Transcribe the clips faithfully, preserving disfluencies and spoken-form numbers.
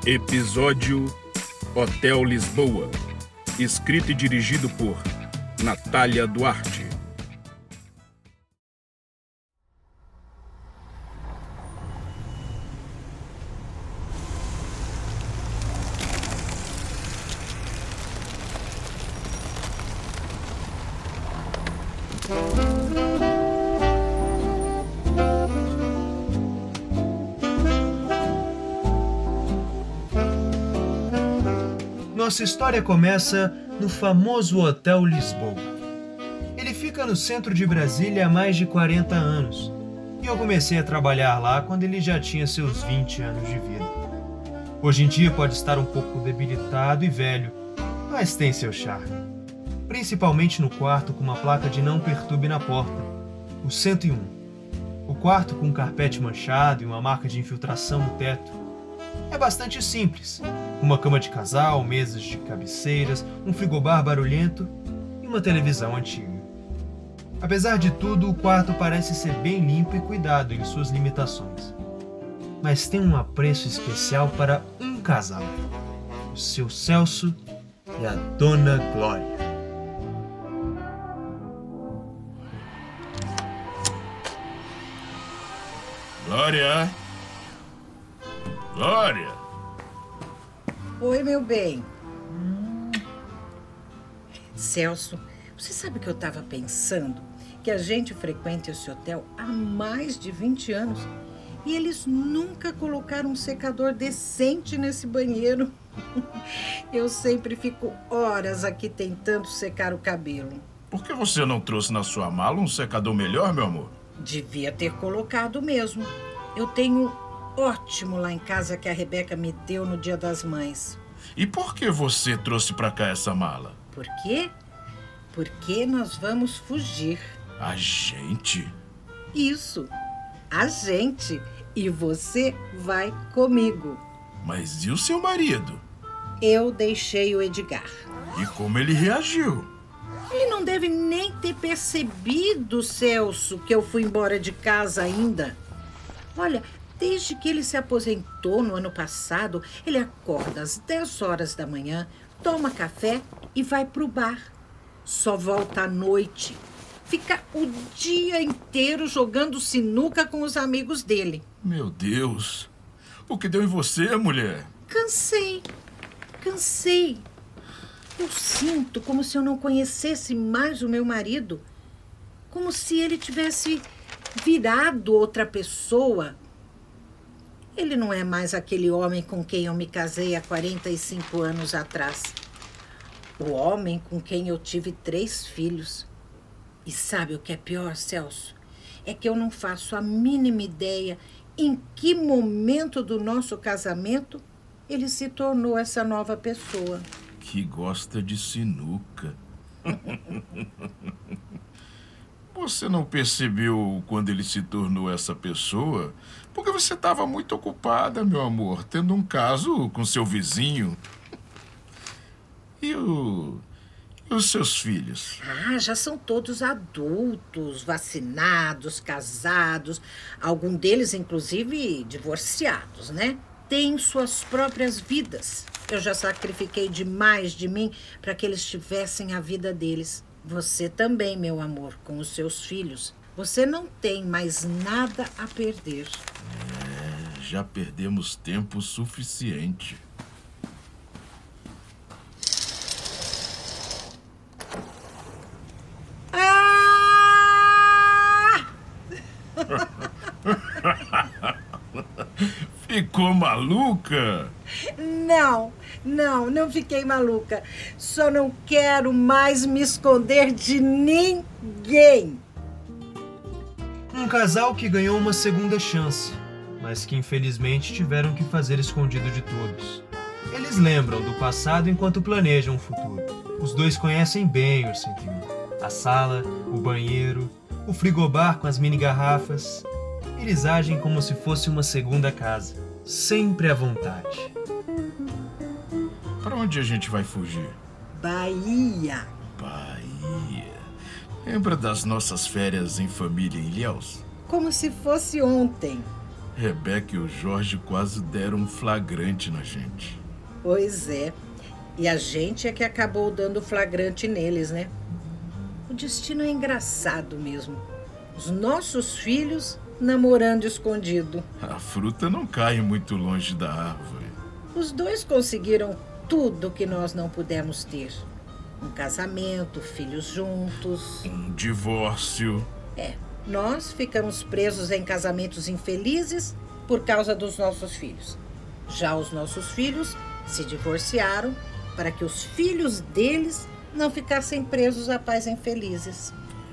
Episódio Hotel Lisboa. Escrito e dirigido por Natália Duarte. Nossa história começa no famoso Hotel Lisboa. Ele fica no centro de Brasília há mais de quarenta anos, e eu comecei a trabalhar lá quando ele já tinha seus vinte anos de vida. Hoje em dia pode estar um pouco debilitado e velho, mas tem seu charme. Principalmente no quarto com uma placa de não perturbe na porta, o cento e um. O quarto com um carpete manchado e uma marca de infiltração no teto. É bastante simples, uma cama de casal, mesas de cabeceiras, um frigobar barulhento e uma televisão antiga. Apesar de tudo, o quarto parece ser bem limpo e cuidado em suas limitações. Mas tem um apreço especial para um casal, o seu Celso e a Dona Glória. Glória! Glória! Oi, meu bem. Hum. Celso, você sabe que eu estava pensando que a gente frequenta esse hotel há mais de vinte anos e eles nunca colocaram um secador decente nesse banheiro. Eu sempre fico horas aqui tentando secar o cabelo. Por que você não trouxe na sua mala um secador melhor, meu amor? Devia ter colocado mesmo. Eu tenho ótimo lá em casa que a Rebeca me deu no Dia das Mães. E por que você trouxe pra cá essa mala? Por quê? Porque nós vamos fugir. A gente? Isso, a gente. E você vai comigo. Mas e o seu marido? Eu deixei o Edgar. E como ele reagiu? Ele não deve nem ter percebido, Celso, que eu fui embora de casa ainda. Olha, desde que ele se aposentou no ano passado, ele acorda às dez horas da manhã, toma café e vai pro bar. Só volta à noite. Fica o dia inteiro jogando sinuca com os amigos dele. Meu Deus! O que deu em você, mulher? Cansei. Cansei. Eu sinto como se eu não conhecesse mais o meu marido. Como se ele tivesse virado outra pessoa. Ele não é mais aquele homem com quem eu me casei há quarenta e cinco anos atrás. O homem com quem eu tive três filhos. E sabe o que é pior, Celso? É que eu não faço a mínima ideia em que momento do nosso casamento ele se tornou essa nova pessoa. Que gosta de sinuca. Você não percebeu quando ele se tornou essa pessoa? Porque você estava muito ocupada, meu amor, tendo um caso com seu vizinho. E, o... e os seus filhos? Ah, já são todos adultos, vacinados, casados. Algum deles, inclusive, divorciados, né? Têm suas próprias vidas. Eu já sacrifiquei demais de mim para que eles tivessem a vida deles. Você também, meu amor, com os seus filhos. Você não tem mais nada a perder. É, já perdemos tempo suficiente. Ah! Ficou maluca? Não, não, não fiquei maluca. Só não quero mais me esconder de ninguém. Um casal que ganhou uma segunda chance, mas que infelizmente tiveram que fazer escondido de todos. Eles lembram do passado enquanto planejam o futuro. Os dois conhecem bem o cento e um. A sala, o banheiro, o frigobar com as mini garrafas. Eles agem como se fosse uma segunda casa, sempre à vontade. Para onde a gente vai fugir? Bahia. Bahia. Lembra das nossas férias em família em Ilhéus? Como se fosse ontem. Rebeca e o Jorge quase deram um flagrante na gente. Pois é. E a gente é que acabou dando flagrante neles, né? O destino é engraçado mesmo. Os nossos filhos namorando escondido. A fruta não cai muito longe da árvore. Os dois conseguiram tudo que nós não pudemos ter. Um casamento, filhos juntos. Um divórcio. É, nós ficamos presos em casamentos infelizes por causa dos nossos filhos. Já os nossos filhos se divorciaram para que os filhos deles não ficassem presos a pais infelizes.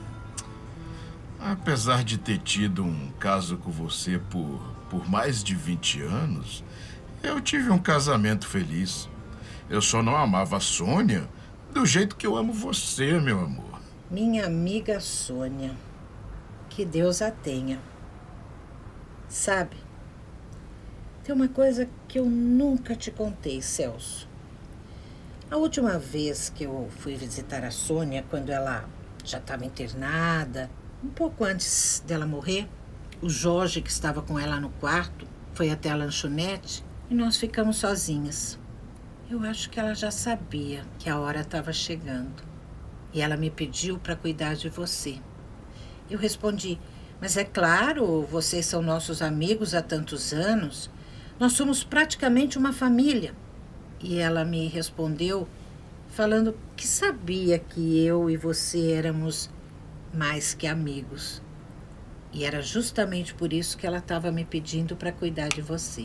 Apesar de ter tido um caso com você por, por mais de vinte anos, eu tive um casamento feliz. Eu só não amava a Sônia do jeito que eu amo você, meu amor. Minha amiga Sônia, que Deus a tenha. Sabe, tem uma coisa que eu nunca te contei, Celso. A última vez que eu fui visitar a Sônia, quando ela já estava internada, um pouco antes dela morrer, o Jorge, que estava com ela no quarto, foi até a lanchonete e nós ficamos sozinhas. Eu acho que ela já sabia que a hora estava chegando. E ela me pediu para cuidar de você. Eu respondi, mas é claro, vocês são nossos amigos há tantos anos. Nós somos praticamente uma família. E ela me respondeu falando que sabia que eu e você éramos mais que amigos. E era justamente por isso que ela estava me pedindo para cuidar de você.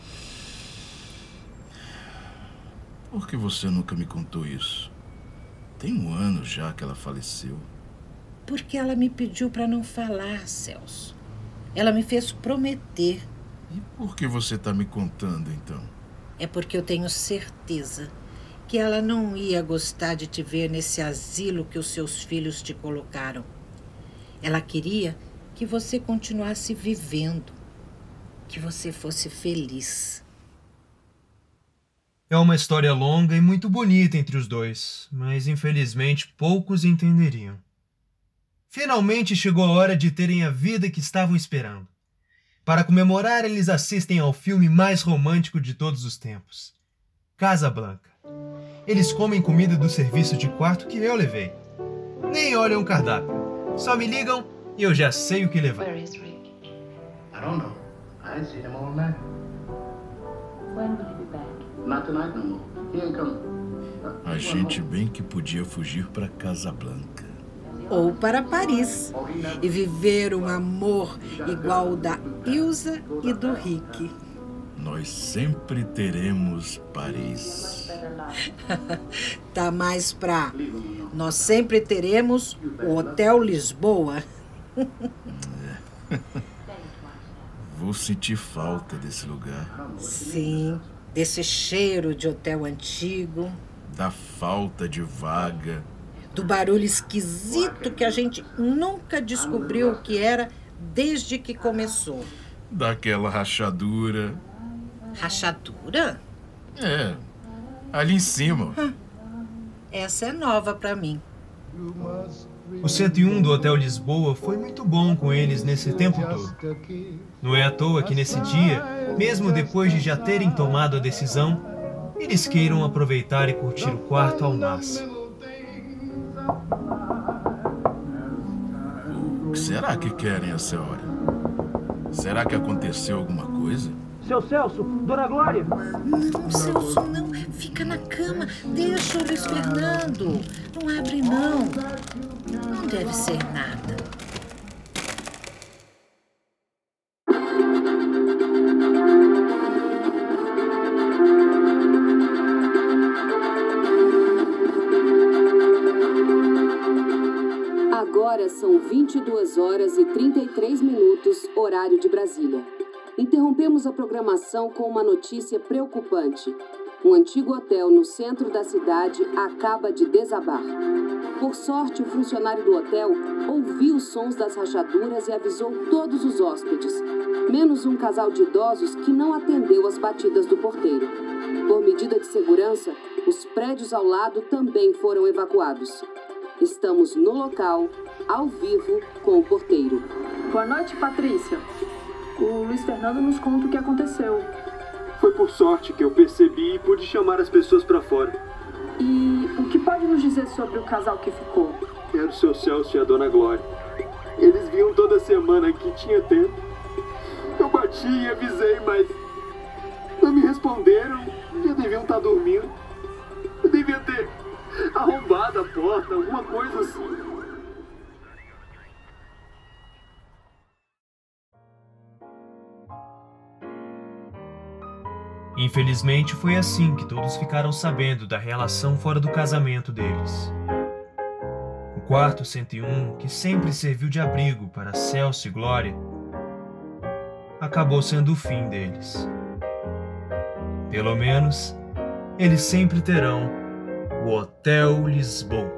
Por que você nunca me contou isso? Tem um ano já que ela faleceu. Porque ela me pediu para não falar, Celso. Ela me fez prometer. E por que você está me contando, então? É porque eu tenho certeza que ela não ia gostar de te ver nesse asilo que os seus filhos te colocaram. Ela queria que você continuasse vivendo, que você fosse feliz. É uma história longa e muito bonita entre os dois, mas infelizmente poucos entenderiam. Finalmente chegou a hora de terem a vida que estavam esperando. Para comemorar, eles assistem ao filme mais romântico de todos os tempos, Casablanca. Eles comem comida do serviço de quarto que eu levei. Nem olham o cardápio. Só me ligam e eu já sei o que levar. Where is Rick? I don't know. I see him all night. When will he be back? Not tonight no more. He ain't coming. A gente bem que podia fugir para Casablanca. Ou para Paris e viver um amor igual o da Ilza e do Rick. Nós sempre teremos Paris. Tá mais pra nós sempre teremos o Hotel Lisboa. Vou sentir falta desse lugar. Sim, desse cheiro de hotel antigo, Da falta de vaga. do barulho esquisito que a gente nunca descobriu o que era desde que começou. Daquela rachadura. Rachadura? É, ali em cima. Essa é nova pra mim. O cento e um do Hotel Lisboa foi muito bom com eles nesse tempo todo. Não é à toa que nesse dia, mesmo depois de já terem tomado a decisão, eles queiram aproveitar e curtir o quarto ao máximo. O que será que querem essa hora? Será que aconteceu alguma coisa? Seu Celso, Dona Glória! Não, Celso, não. Fica na cama. Deixa o Luiz Fernando. Não abre, não. Não deve ser nada. Agora são vinte e duas horas e trinta e três minutos, horário de Brasília. Interrompemos a programação com uma notícia preocupante. Um antigo hotel no centro da cidade acaba de desabar. Por sorte, o funcionário do hotel ouviu os sons das rachaduras e avisou todos os hóspedes, menos um casal de idosos que não atendeu às batidas do porteiro. Por medida de segurança, os prédios ao lado também foram evacuados. Estamos no local, ao vivo, com o porteiro. Boa noite, Patrícia. O Luiz Fernando nos conta o que aconteceu. Foi por sorte que eu percebi e pude chamar as pessoas pra fora. E o que pode nos dizer sobre o casal que ficou? Era o seu Celso e a Dona Glória. Eles vinham toda semana que tinha tempo. Eu bati e avisei, mas não me responderam. Já deviam estar dormindo. Eu devia ter arrombado a porta, alguma coisa assim. Infelizmente, foi assim que todos ficaram sabendo da relação fora do casamento deles. O quarto cento e um, que sempre serviu de abrigo para Celso e Glória, acabou sendo o fim deles. Pelo menos, eles sempre terão o Hotel Lisboa.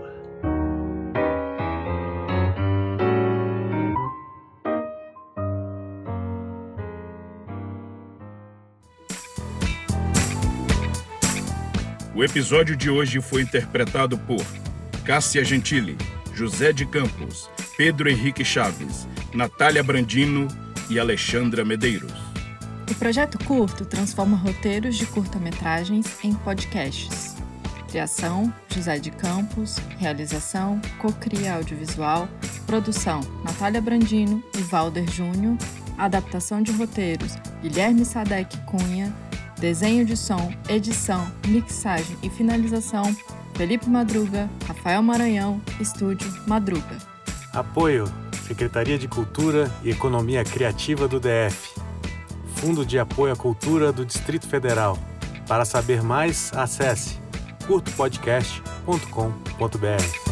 O episódio de hoje foi interpretado por Cássia Gentili, José de Campos, Pedro Henrique Chaves, Natália Brandino e Alexandra Medeiros. O projeto curto transforma roteiros de curta-metragens em podcasts. Criação, José de Campos. Realização, Cocria Audiovisual. Produção, Natália Brandino e Valder Júnior. Adaptação de roteiros, Guilherme Sadek Cunha. Desenho de som, edição, mixagem e finalização, Felipe Madruga, Rafael Maranhão, Estúdio Madruga. Apoio, Secretaria de Cultura e Economia Criativa do D F. Fundo de Apoio à Cultura do Distrito Federal. Para saber mais, acesse curto podcast ponto com ponto b r.